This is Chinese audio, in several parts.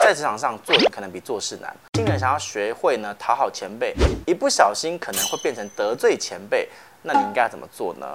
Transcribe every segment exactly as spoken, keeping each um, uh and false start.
在职场上做人可能比做事难，新人想要学会呢讨好前辈，一不小心可能会变成得罪前辈，那你应该怎么做呢？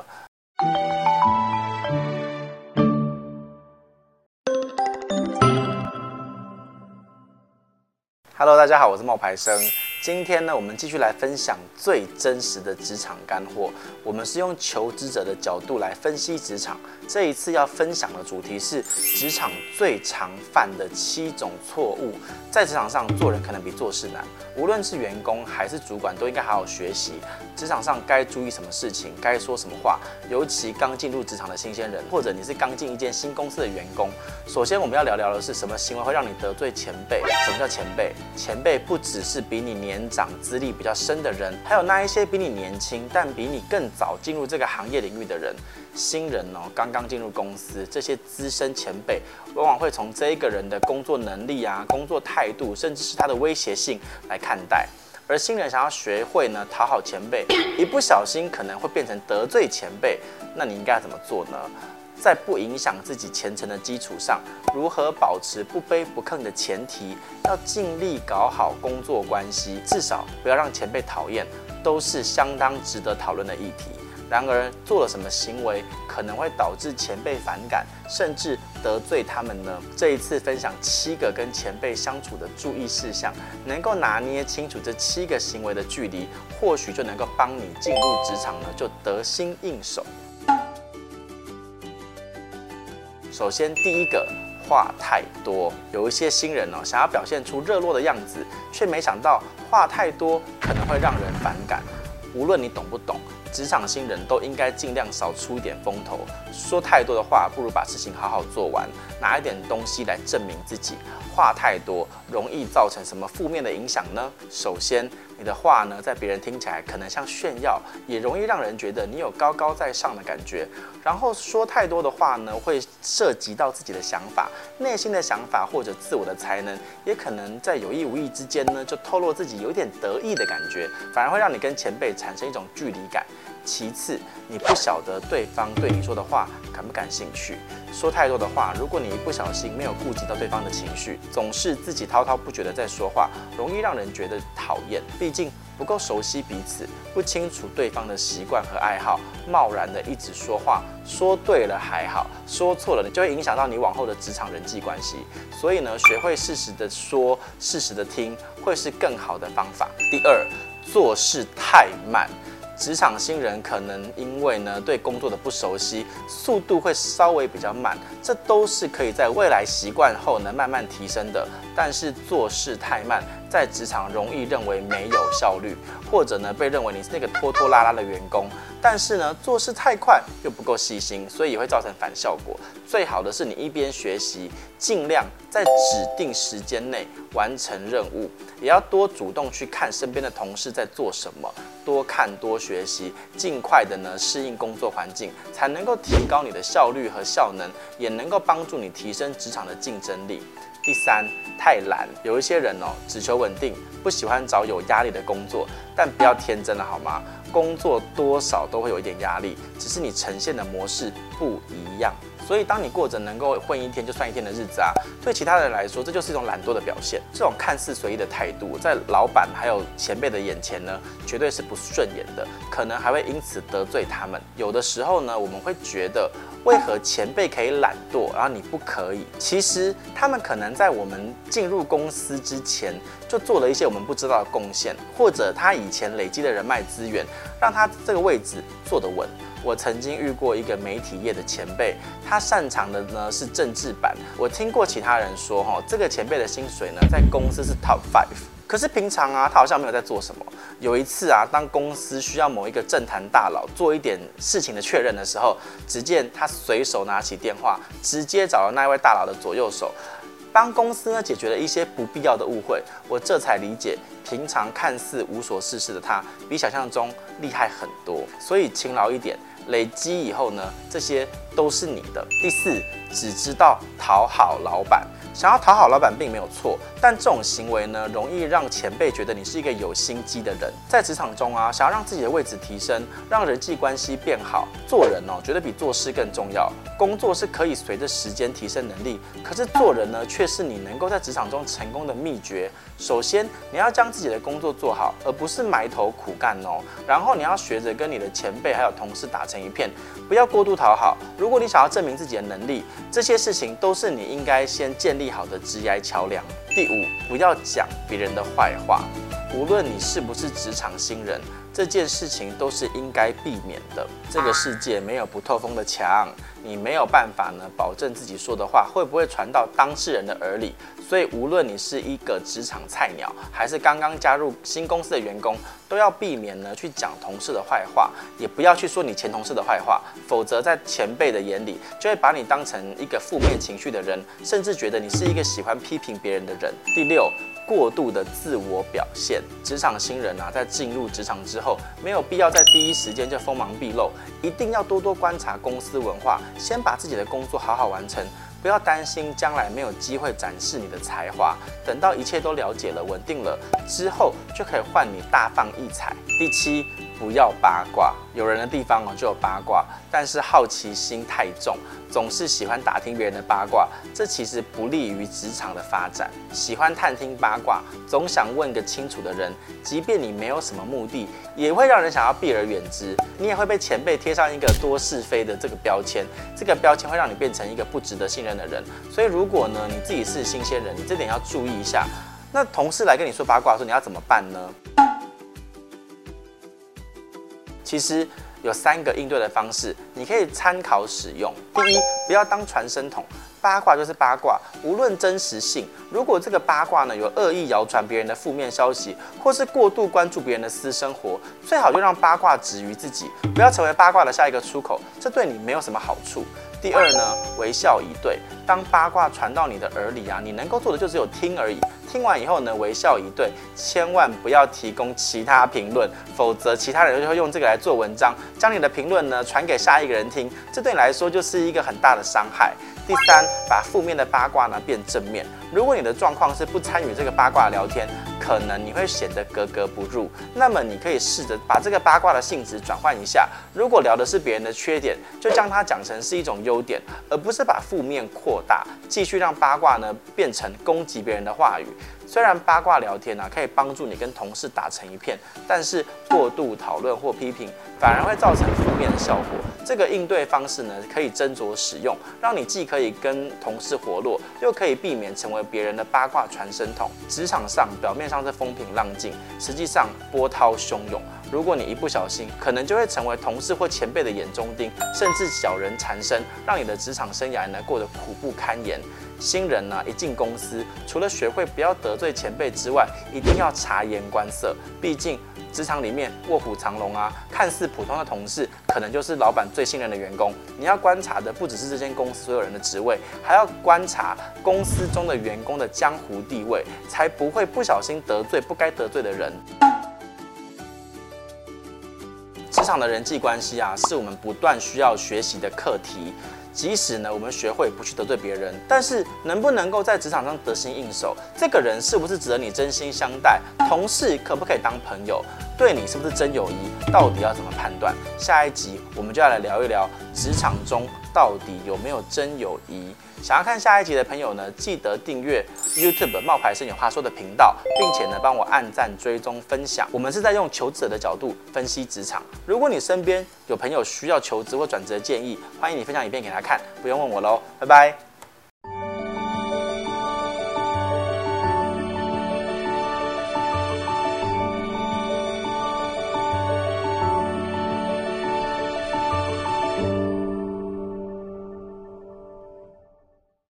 Hello， 大家好，我是冒牌生。今天呢，我们继续来分享最真实的职场干货。我们是用求职者的角度来分析职场。这一次要分享的主题是职场最常犯的七种错误。在职场上做人可能比做事难，无论是员工还是主管，都应该好好学习职场上该注意什么事情，该说什么话。尤其刚进入职场的新鲜人，或者你是刚进一间新公司的员工，首先我们要聊聊的是什么行为会让你得罪前辈？什么叫前辈？ 前辈不只是比你年长、资历比较深的人，还有那一些比你年轻但比你更早进入这个行业领域的人。新人哦，刚刚进入公司，这些资深前辈往往会从这一个人的工作能力啊、工作态度，甚至是他的威胁性来看待。而新人想要学会呢讨好前辈，一不小心可能会变成得罪前辈，那你应该怎么做呢？ 在不影响自己前程的基础上，如何保持不卑不亢的前提，要尽力搞好工作关系，至少不要让前辈讨厌，都是相当值得讨论的议题。然而，做了什么行为可能会导致前辈反感，甚至得罪他们呢？这一次分享七个跟前辈相处的注意事项，能够拿捏清楚这七个行为的距离，或许就能够帮你进入职场呢，就得心应手。 首先，第一个，话太多。有一些新人哦，想要表现出热络的样子，却没想到话太多可能会让人反感。无论你懂不懂，职场新人都应该尽量少出一点风头。说太多的话，不如把事情好好做完，拿一点东西来证明自己。话太多容易造成什么负面的影响呢？首先，你的话呢，在别人听起来可能像炫耀，也容易让人觉得你有高高在上的感觉。然后说太多的话呢，会涉及到自己的想法、内心的想法或者自我的才能，也可能在有意无意之间呢，就透露自己有点得意的感觉，反而会让你跟前辈产生一种距离感。 其次，你不晓得对方对你说的话感不感兴趣。说太多的话，如果你一不小心没有顾及到对方的情绪，总是自己滔滔不绝的在说话，容易让人觉得讨厌。毕竟不够熟悉彼此，不清楚对方的习惯和爱好，贸然的一直说话，说对了还好，说错了你就会影响到你往后的职场人际关系。所以呢，学会适时的说，适时的听，会是更好的方法。第二，做事太慢。 职场新人可能因为呢对工作的不熟悉，速度会稍微比较慢，这都是可以在未来习惯后呢慢慢提升的。但是做事太慢，在职场容易认为没有效率，或者呢被认为你是那个拖拖拉拉的员工。但是呢做事太快又不够细心，所以也会造成反效果。最好的是你一边学习，尽量在指定时间内完成任务，也要多主动去看身边的同事在做什么。 多看多学习，尽快的呢适应工作环境，才能够提高你的效率和效能，也能够帮助你提升职场的竞争力。第三，太懒。有一些人哦，只求稳定，不喜欢找有压力的工作，但不要天真了好吗？工作多少都会有一点压力，只是你呈现的模式不一样。 所以，当你过着能够混一天就算一天的日子啊，对其他人来说，这就是一种懒惰的表现。这种看似随意的态度，在老板还有前辈的眼前呢，绝对是不顺眼的，可能还会因此得罪他们。有的时候呢，我们会觉得，为何前辈可以懒惰，然后你不可以？其实，他们可能在我们进入公司之前，就做了一些我们不知道的贡献，或者他以前累积的人脉资源，让他这个位置坐得稳。 我曾经遇过一个媒体业的前辈，他擅长的呢是政治版。我听过其他人说，哈，这个前辈的薪水呢，在公司是 top five。可是平常啊，他好像没有在做什么。有一次啊，当公司需要某一个政坛大佬做一点事情的确认的时候，只见他随手拿起电话，直接找了那位大佬的左右手。 帮公司呢解决了一些不必要的误会，我这才理解，平常看似无所事事的他，比想象中厉害很多。所以勤劳一点，累积以后呢，这些都是你的。第四，只知道讨好老板。 想要讨好老板并没有错，但这种行为呢，容易让前辈觉得你是一个有心机的人。在职场中啊，想要让自己的位置提升，让人际关系变好，做人哦，觉得比做事更重要。工作是可以随着时间提升能力，可是做人呢，却是你能够在职场中成功的秘诀。首先，你要将自己的工作做好，而不是埋头苦干哦。然后，你要学着跟你的前辈还有同事打成一片，不要过度讨好。如果你想要证明自己的能力，这些事情都是你应该先建立好的职业桥梁。第五，不要讲别人的坏话。无论你是不是职场新人，这件事情都是应该避免的。这个世界没有不透风的墙，你没有办法呢保证自己说的话会不会传到当事人的耳里。所以，无论你是一个职场菜鸟，还是刚刚加入新公司的员工，都要避免呢去讲同事的坏话，也不要去说你前同事的坏话，否则在前辈的眼里，就会把你当成一个负面情绪的人，甚至觉得你是一个喜欢批评别人的人。第六，过度的自我表现。职场新人啊，在进入职场之后，没有必要在第一时间就锋芒毕露，一定要多多观察公司文化，先把自己的工作好好完成。不要担心将来没有机会展示你的才华，等到一切都了解了、稳定了之后，就可以换你大放异彩。第七，不要八卦。有人的地方哦就有八卦，但是好奇心太重，总是喜欢打听别人的八卦，这其实不利于职场的发展。喜欢探听八卦，总想问个清楚的人，即便你没有什么目的，也会让人想要避而远之。你也会被前辈贴上一个多是非的这个标签，这个标签会让你变成一个不值得信任的人。所以如果呢你自己是新鲜人，你这点要注意一下。那同事来跟你说八卦的时候，你要怎么办呢？其实有三个应对的方式，你可以参考使用。第一，不要当传声筒，八卦就是八卦，无论真实性。如果这个八卦呢有恶意谣传别人的负面消息，或是过度关注别人的私生活，最好就让八卦止于自己，不要成为八卦的下一个出口，这对你没有什么好处。第二呢，微笑以对。当八卦传到你的耳里啊，你能够做的就只有听而已。听完以后呢，微笑以对，千万不要提供其他评论，否则其他人就会用这个来做文章，将你的评论呢传给下一个人听，这对你来说就是一个很大的伤害。第三，把负面的八卦呢变正面。如果你的状况是不参与这个八卦聊天，可能你会显得格格不入。那么你可以试着把这个八卦的性质转换一下。如果聊的是别人的缺点，就将它讲成是一种优点，而不是把负面扩大，继续让八卦呢变成攻击别人的话语。虽然八卦聊天啊可以帮助你跟同事打成一片，但是过度讨论或批评反而会造成负面的效果。这个应对方式呢可以斟酌使用，让你既可以跟同事活络，又可以避免成为别人的八卦传声筒。职场上表面上是风平浪静，实际上波涛汹涌。如果你一不小心，可能就会成为同事或前辈的眼中钉，甚至小人缠身，让你的职场生涯呢过得苦不堪言。新人呢、啊、一进公司，除了学会不要得罪前辈之外，一定要察言观色。毕竟职场里面卧虎藏龙啊，看似普通的同事，可能就是老板最信任的员工。你要观察的不只是这间公司所有人的职位，还要观察公司中的员工的江湖地位，才不会不小心得罪不该得罪的人。职场的人际关系啊，是我们不断需要学习的课题。即使呢，我们学会不去得罪别人，但是能不能够在职场上得心应手，这个人是不是值得你真心相待，同事可不可以当朋友，对你是不是真友谊，到底要怎么判断？下一集我们就要来聊一聊职场中到底有没有真友谊。想要看下一集的朋友呢，记得订阅 YouTube 冒牌生有话说的频道，并且呢帮我按赞、追踪、分享。我们是在用求职者的角度分析职场。如果你身边有朋友需要求职或转职的建议，欢迎你分享影片给他看，不用问我喽，拜拜。